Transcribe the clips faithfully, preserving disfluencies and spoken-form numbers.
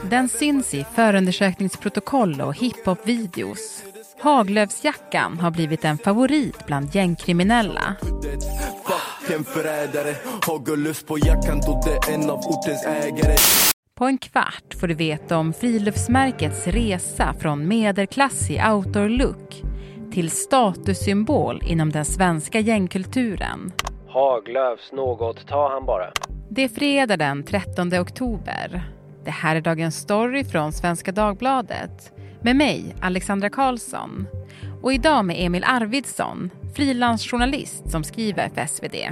Den syns i förundersökningsprotokoll och hiphop-videos. Haglöfsjackan har blivit en favorit bland gängkriminella. På en kvart får du veta om friluftsmärkets resa från medelklassig outdoor look till statussymbol inom den svenska gängkulturen. Haglöfs något, ta han bara. Det är fredag den trettonde oktober. Det här är dagens story från Svenska Dagbladet. Med mig, Alexandra Karlsson. Och idag med Emil Arvidsson, frilansjournalist som skriver för S V D.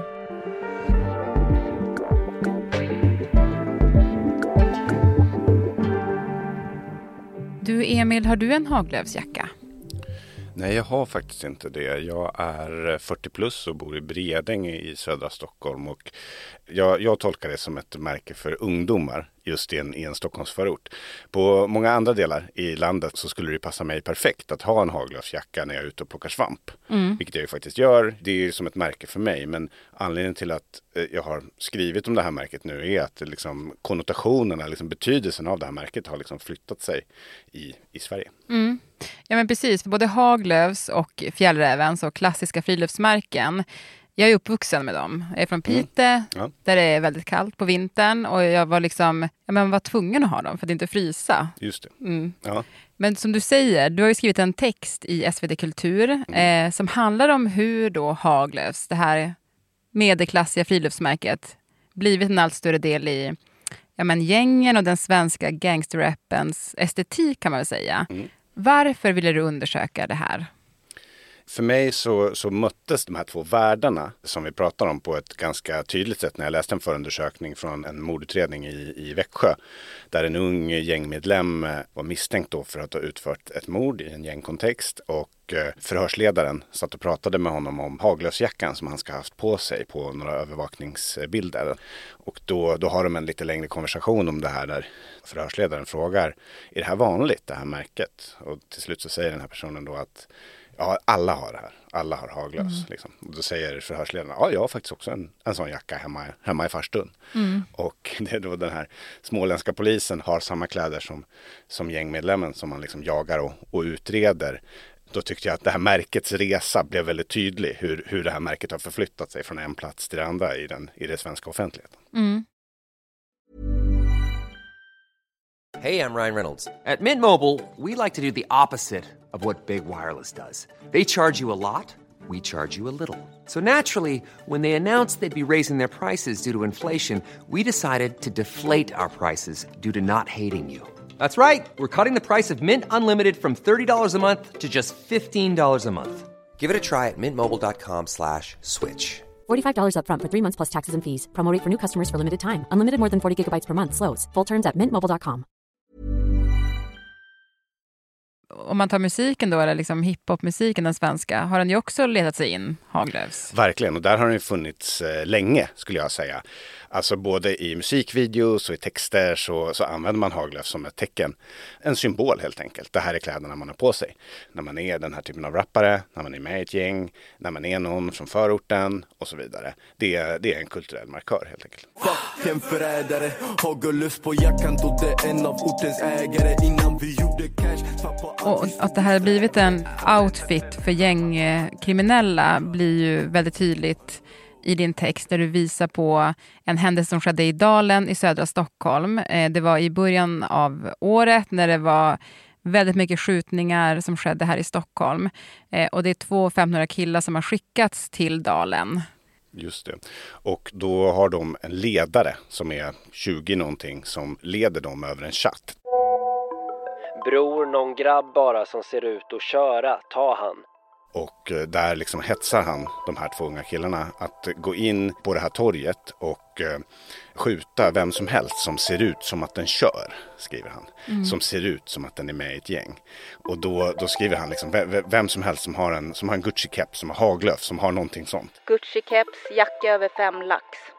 Du Emil, har du en Haglöfsjacka? Nej, jag har faktiskt inte det. Jag är fyrtio plus och bor i Bredänge i södra Stockholm. Och jag, jag tolkar det som ett märke för ungdomar just i en, i en Stockholmsförort. På många andra delar i landet så skulle det passa mig perfekt att ha en Haglöfsjacka när jag är ute och plockar svamp. Mm. Vilket jag ju faktiskt gör. Det är ju som ett märke för mig. Men anledningen till att jag har skrivit om det här märket nu är att liksom, konnotationerna, liksom, betydelsen av det här märket har liksom flyttat sig i, i Sverige. Mm. Ja men precis, för både Haglöfs och Fjällrävens och klassiska friluftsmärken. Jag är uppvuxen med dem. Jag är från Pite, mm. ja. Där det är väldigt kallt på vintern. Och jag var liksom, ja, men var tvungen att ha dem för att inte frysa. Just det. Mm. Ja. Men som du säger, du har ju skrivit en text i S V D Kultur mm. eh, som handlar om hur då Haglöfs, det här medelklassiga friluftsmärket, blivit en allt större del i ja, men gängen och den svenska gangsterrappens estetik kan man väl säga. Mm. Varför ville du undersöka det här? För mig så, så möttes de här två världarna som vi pratar om på ett ganska tydligt sätt när jag läste en förundersökning från en mordutredning i, i Växjö. Där en ung gängmedlem var misstänkt då för att ha utfört ett mord i en gängkontext. Och förhörsledaren satt och pratade med honom om Haglöfsjackan som han ska ha haft på sig på några övervakningsbilder. Och då, då har de en lite längre konversation om det här där förhörsledaren frågar, är det här vanligt det här märket? Och till slut så säger den här personen då att ja, alla har det här. Alla har Haglöfs. Mm. Liksom. Och då säger förhörsledaren, ja, jag har faktiskt också en, en sån jacka hemma, hemma i farstun. Mm. Och det är då den här småländska polisen har samma kläder som, som gängmedlemmen som man liksom jagar och, och utreder. Då tyckte jag att det här märkets resa blev väldigt tydlig. Hur, hur det här märket har förflyttat sig från en plats till det andra i den, i den svenska offentligheten. Mm. Hey, I'm Ryan Reynolds. At Mint Mobile, we like to do the opposite of what Big Wireless does. They charge you a lot, we charge you a little. So naturally, when they announced they'd be raising their prices due to inflation, we decided to deflate our prices due to not hating you. That's right. We're cutting the price of Mint Unlimited from thirty dollars a month to just fifteen dollars a month. Give it a try at mintmobile.com slash switch. forty-five dollars up front for three months plus taxes and fees. Promo rate for new customers for limited time. Unlimited more than forty gigabytes per month. Slows full terms at mint mobile dot com. Om man tar musiken då, eller liksom hiphopmusiken, den svenska, har den ju också letat sig in, Haglöfs. Verkligen, och där har den funnits eh, länge skulle jag säga. Alltså både i musikvideos och i texter så, så använder man Haglöfs som ett tecken. En symbol helt enkelt. Det här är kläderna man har på sig. När man är den här typen av rappare, när man är med i ett gäng, när man är någon från förorten och så vidare. Det är, det är en kulturell markör helt enkelt. En förrädare, Haglöfs på jackan tog det en av ortens ägare innan vi gjorde cash. Och att det här har blivit en outfit för gängkriminella blir ju väldigt tydligt i din text där du visar på en händelse som skedde i Dalen i södra Stockholm. Det var i början av året när det var väldigt mycket skjutningar som skedde här i Stockholm. Och det är två femhundra killar som har skickats till Dalen. Just det. Och då har de en ledare som är tjugo någonting som leder dem över en chatt. Bror, någon grabb bara som ser ut att köra, ta han. Och där liksom hetsar han de här två unga killarna att gå in på det här torget och eh, skjuta vem som helst som ser ut som att den kör, skriver han. Mm. Som ser ut som att den är med i ett gäng. Och då, då skriver han liksom vem, vem som helst som har en, som har en Gucci-keps, som har Haglöf, som har någonting sånt. Gucci-keps, jacka över fem lax.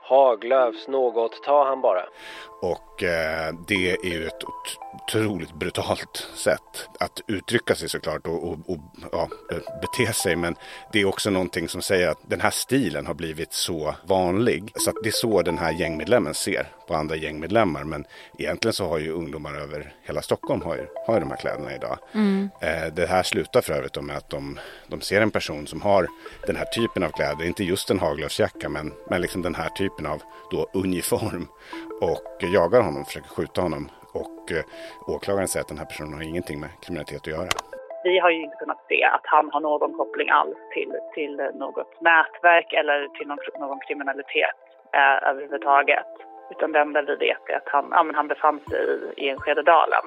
Haglöfs något tar han bara. Och eh, det är ju ett otroligt brutalt sätt att uttrycka sig såklart och, och, och ja, bete sig. Men det är också någonting som säger att den här stilen har blivit så vanlig. Så att det är så den här gängmedlemmen ser på andra gängmedlemmar. Men egentligen så har ju ungdomar över hela Stockholm har ju, har ju de här kläderna idag. Mm. Eh, det här slutar för övrigt med att de, de ser en person som har den här typen av kläder. Inte just en Haglöfsjacka men, men liksom den här typen av då uniform. Och jagar honom, försöker skjuta honom. Och eh, åklagaren säger att den här personen har ingenting med kriminalitet att göra. Vi har ju inte kunnat se att han har någon koppling alls till, till något nätverk eller till någon, någon kriminalitet eh, överhuvudtaget. Utan det enda vi vet är att han, ja, men han befann sig i, i Enskededalen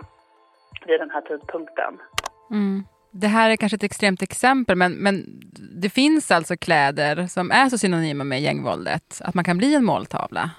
vid den här tidpunkten. Mm. Det här är kanske ett extremt exempel, men, men det finns alltså kläder som är så synonyma med gängvåldet att man kan bli en måltavla.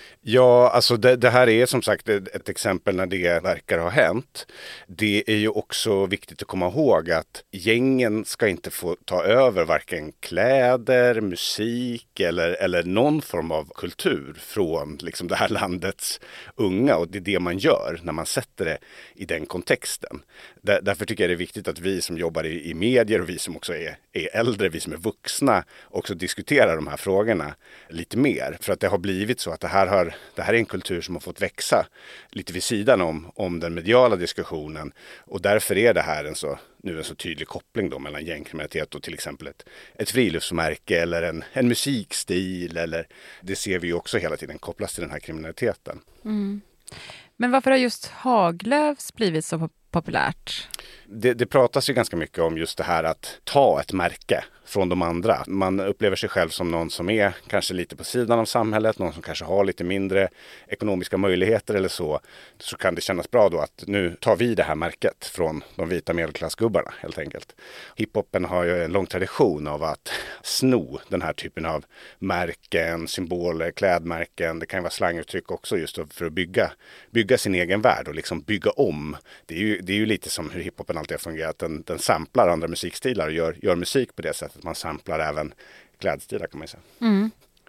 Ja, alltså det, det här är som sagt ett, ett exempel när det verkar ha hänt. Det är ju också viktigt att komma ihåg att gängen ska inte få ta över varken kläder, musik eller, eller någon form av kultur från liksom det här landets unga. Och det är det man gör när man sätter det i den kontexten. Där, därför tycker jag det är viktigt att vi som jobbar i, i medier och vi som också är, är äldre, vi som är vuxna, också diskuterar de här frågorna lite mer. För att det har blivit så att det här har Det här är en kultur som har fått växa lite vid sidan om, om den mediala diskussionen. Och därför är det här en så, nu en så tydlig koppling då mellan gängkriminalitet och till exempel ett, ett friluftsmärke eller en, en musikstil. Eller, det ser vi ju också hela tiden kopplas till den här kriminaliteten. Mm. Men varför har just Haglöfs blivit så populärt? Det, det pratas ju ganska mycket om just det här att ta ett märke från de andra. Man upplever sig själv som någon som är kanske lite på sidan av samhället, någon som kanske har lite mindre ekonomiska möjligheter eller så. Så kan det kännas bra då att nu tar vi det här märket från de vita medelklassgubbarna helt enkelt. Hiphopen har ju en lång tradition av att sno den här typen av märken, symboler, klädmärken. Det kan vara slanguttryck också just för att bygga, bygga sin egen värld och liksom bygga om. Det är ju, det är ju lite som hur hiphopen alltid har fungerat. Den, den samplar andra musikstilar och gör, gör musik på det sättet. Man samplar även klädstilar kan man säga. Mm.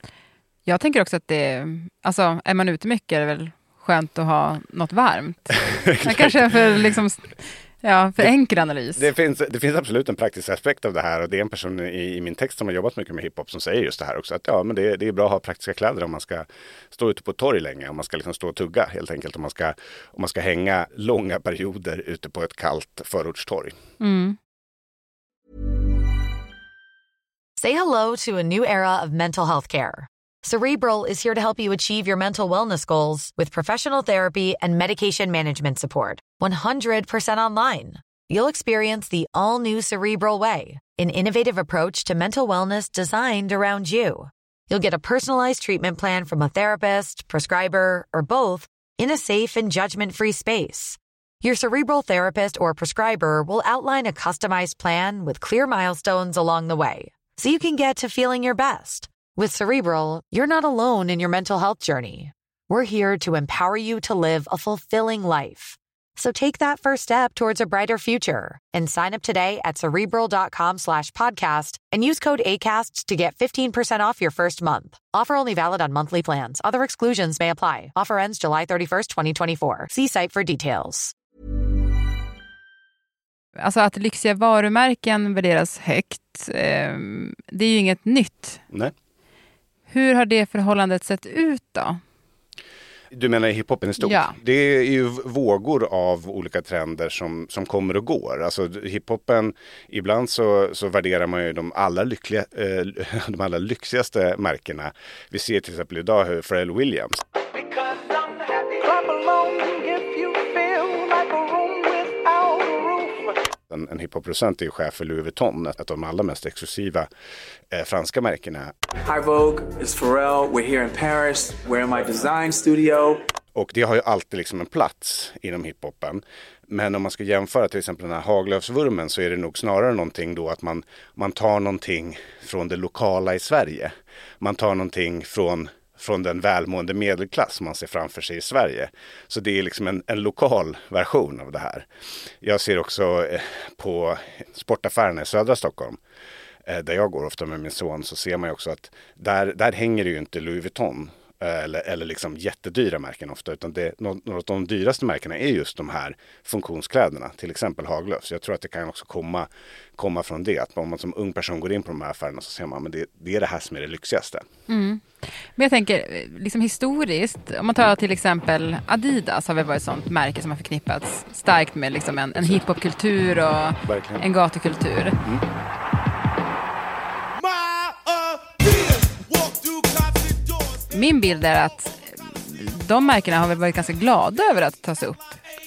Jag tänker också att det, alltså är man ute mycket är det väl skönt att ha något varmt. Kanske för liksom, ja, för enkel analys. Det, det, finns, det finns absolut en praktisk aspekt av det här och det är en person i, i min text som har jobbat mycket med hiphop som säger just det här också. Att ja, men det, det är bra att ha praktiska kläder om man ska stå ute på ett torg länge, om man ska liksom stå och tugga helt enkelt, om man ska, om man ska hänga långa perioder ute på ett kallt förortstorg. Mm. Say hello to a new era of mental health care. Cerebral is here to help you achieve your mental wellness goals with professional therapy and medication management support. one hundred percent online. You'll experience the all-new Cerebral Way, an innovative approach to mental wellness designed around you. You'll get a personalized treatment plan from a therapist, prescriber, or both in a safe and judgment-free space. Your Cerebral therapist or prescriber will outline a customized plan with clear milestones along the way, so you can get to feeling your best. With Cerebral, you're not alone in your mental health journey. We're here to empower you to live a fulfilling life. So take that first step towards a brighter future and sign up today at Cerebral.com slash podcast and use code ACAST to get fifteen percent off your first month. Offer only valid on monthly plans. Other exclusions may apply. Offer ends July thirty-first, twenty twenty-four. See site for details. Alltså att lyxiga varumärken värderas högt, eh, det är ju inget nytt. Nej. Hur har det förhållandet sett ut då? Du menar i hiphopen i stort? Ja. Det är ju vågor av olika trender som, som kommer och går. Alltså hiphopen, ibland så, så värderar man ju de allra, lyckliga, eh, de allra lyxigaste märkena. Vi ser till exempel idag hur Pharrell Williams. En, en hiphop-producent är ju chef för Louis Vuitton, ett av de allra mest exklusiva eh, franska märkena. Hi Vogue, it's Pharrell. We're here in Paris. We're in my design studio. Och det har ju alltid liksom en plats inom hiphopen. Men om man ska jämföra till exempel den här Haglöfsvurmen så är det nog snarare någonting då att man, man tar någonting från det lokala i Sverige. Man tar någonting från från den välmående medelklass man ser framför sig i Sverige. Så det är liksom en, en lokal version av det här. Jag ser också eh, på sportaffärerna i södra Stockholm, eh, där jag går ofta med min son, så ser man ju också att där, där hänger det ju inte Louis Vuitton eller, eller liksom jättedyra märken ofta, utan det, några av de dyraste märkena är just de här funktionskläderna, till exempel Haglöfs. Jag tror att det kan också komma, komma från det, att om man som ung person går in på de här affärerna så ser man att det, det är det här som är det lyxigaste. Mm. Men jag tänker, liksom historiskt, om man tar till exempel Adidas har väl varit ett sånt märke som har förknippats starkt med liksom en, en hiphopkultur och Verkligen. en gatukultur. Mm. Min bild är att de märkena har väl varit ganska glada över att tas upp.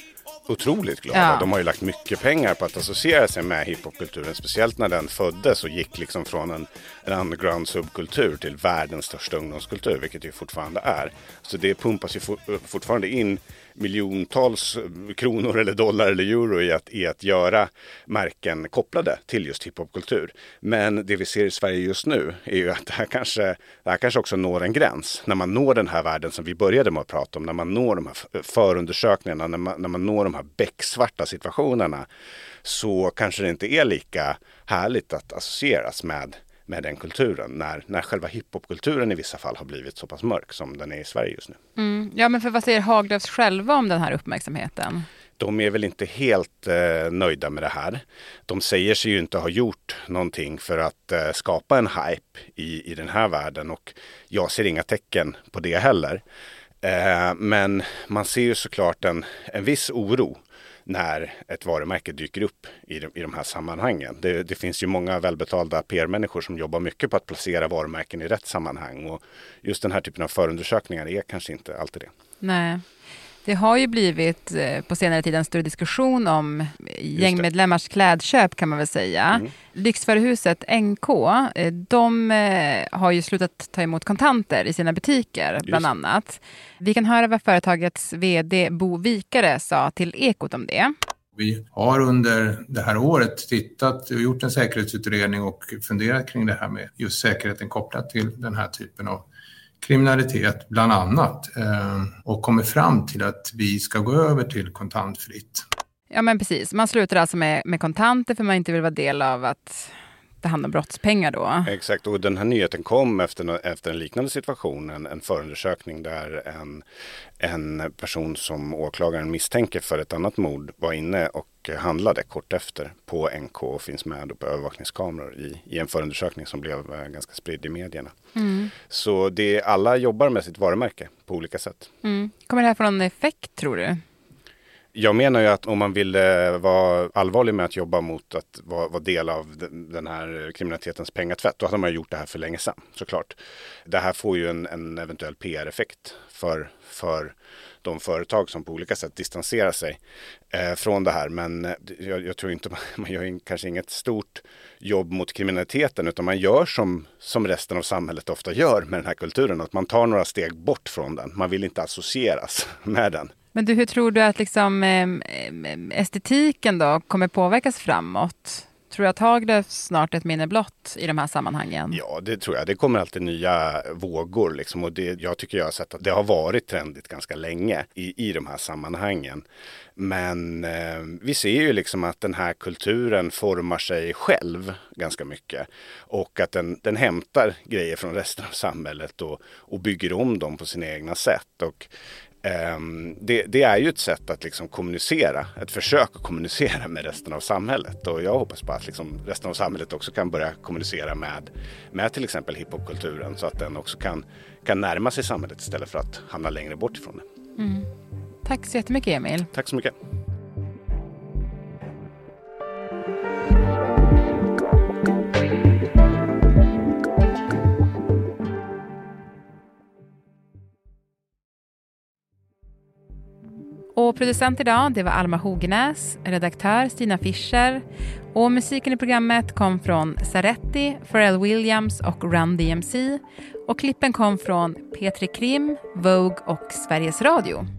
Otroligt glada. Ja. De har ju lagt mycket pengar på att associera sig med hiphopkulturen. Speciellt när den föddes och gick liksom från en, en underground subkultur till världens största ungdomskultur, vilket det fortfarande är. Så det pumpas ju for, fortfarande in miljontals kronor eller dollar eller euro i att, i att göra märken kopplade till just hiphopkultur. Men det vi ser i Sverige just nu är ju att det här kanske, det här kanske också når en gräns. När man når den här världen som vi började med att prata om, när man når de här förundersökningarna, när man, när man når de här becksvarta situationerna, så kanske det inte är lika härligt att associeras med med den kulturen, när, när själva hiphopkulturen i vissa fall har blivit så pass mörk som den är i Sverige just nu. Mm. Ja, men för vad säger Haglöfs själva om den här uppmärksamheten? De är väl inte helt eh, nöjda med det här. De säger sig ju inte ha gjort någonting för att eh, skapa en hype i, i den här världen, och jag ser inga tecken på det heller. Eh, men man ser ju såklart en, en viss oro när ett varumärke dyker upp i de, i de här sammanhangen. Det, det finns ju många välbetalda P R-människor som jobbar mycket på att placera varumärken i rätt sammanhang, och just den här typen av förundersökningar är kanske inte alltid det. Nej. Det har ju blivit på senare tid en större diskussion om gängmedlemmars klädköp, kan man väl säga. Mm. Lyxvaruhuset N K, de har ju slutat ta emot kontanter i sina butiker, bland Just. annat. Vi kan höra vad företagets vd Bo Vikare sa till Ekot om det. Vi har under det här året tittat och gjort en säkerhetsutredning och funderat kring det här med just säkerheten kopplat till den här typen av kriminalitet bland annat, och kommer fram till att vi ska gå över till kontantfritt. Ja, men precis. Man slutar alltså med, med kontanter för man inte vill vara del av att det handlar om brottspengar då. Exakt, och den här nyheten kom efter, efter en liknande situation, en, en förundersökning där en, en person som åklagaren misstänker för ett annat mord var inne och handlade kort efter på N K och finns med på övervakningskameror i, i en förundersökning som blev ganska spridd i medierna. Mm. Så det, alla jobbar med sitt varumärke på olika sätt. Mm. Kommer det här få någon effekt, tror du? Jag menar ju att om man vill vara allvarlig med att jobba mot att vara, vara del av den här kriminalitetens pengatvätt, då hade man gjort det här för länge sedan, såklart. Det här får ju en, en eventuell P R-effekt för, för de företag som på olika sätt distanserar sig eh, från det här. Men jag, jag tror inte man, man gör kanske inget stort jobb mot kriminaliteten, utan man gör som, som resten av samhället ofta gör med den här kulturen, att man tar några steg bort från den. Man vill inte associeras med den. Men du, hur tror du att liksom, eh, estetiken då kommer påverkas framåt? Tror du att Haglöfs snart är ett minne blott i de här sammanhangen? Ja, det tror jag. Det kommer alltid nya vågor. Liksom. Och det, jag tycker jag har sett att det har varit trendigt ganska länge i, i de här sammanhangen. Men eh, vi ser ju liksom att den här kulturen formar sig själv ganska mycket. Och att den, den hämtar grejer från resten av samhället och, och bygger om dem på sina egna sätt. Och Det, det är ju ett sätt att liksom kommunicera, ett försök att kommunicera med resten av samhället, och jag hoppas på att liksom resten av samhället också kan börja kommunicera med, med till exempel hiphopkulturen, så att den också kan, kan närma sig samhället istället för att hamna längre bort ifrån det. Mm. Tack så jättemycket, Emil. Tack så mycket. Och producent idag, det var Alma Hogenäs, redaktör Stina Fischer, och musiken i programmet kom från Saretti, Pharrell Williams och Run D M C, och klippen kom från Petri Krim, Vogue och Sveriges Radio.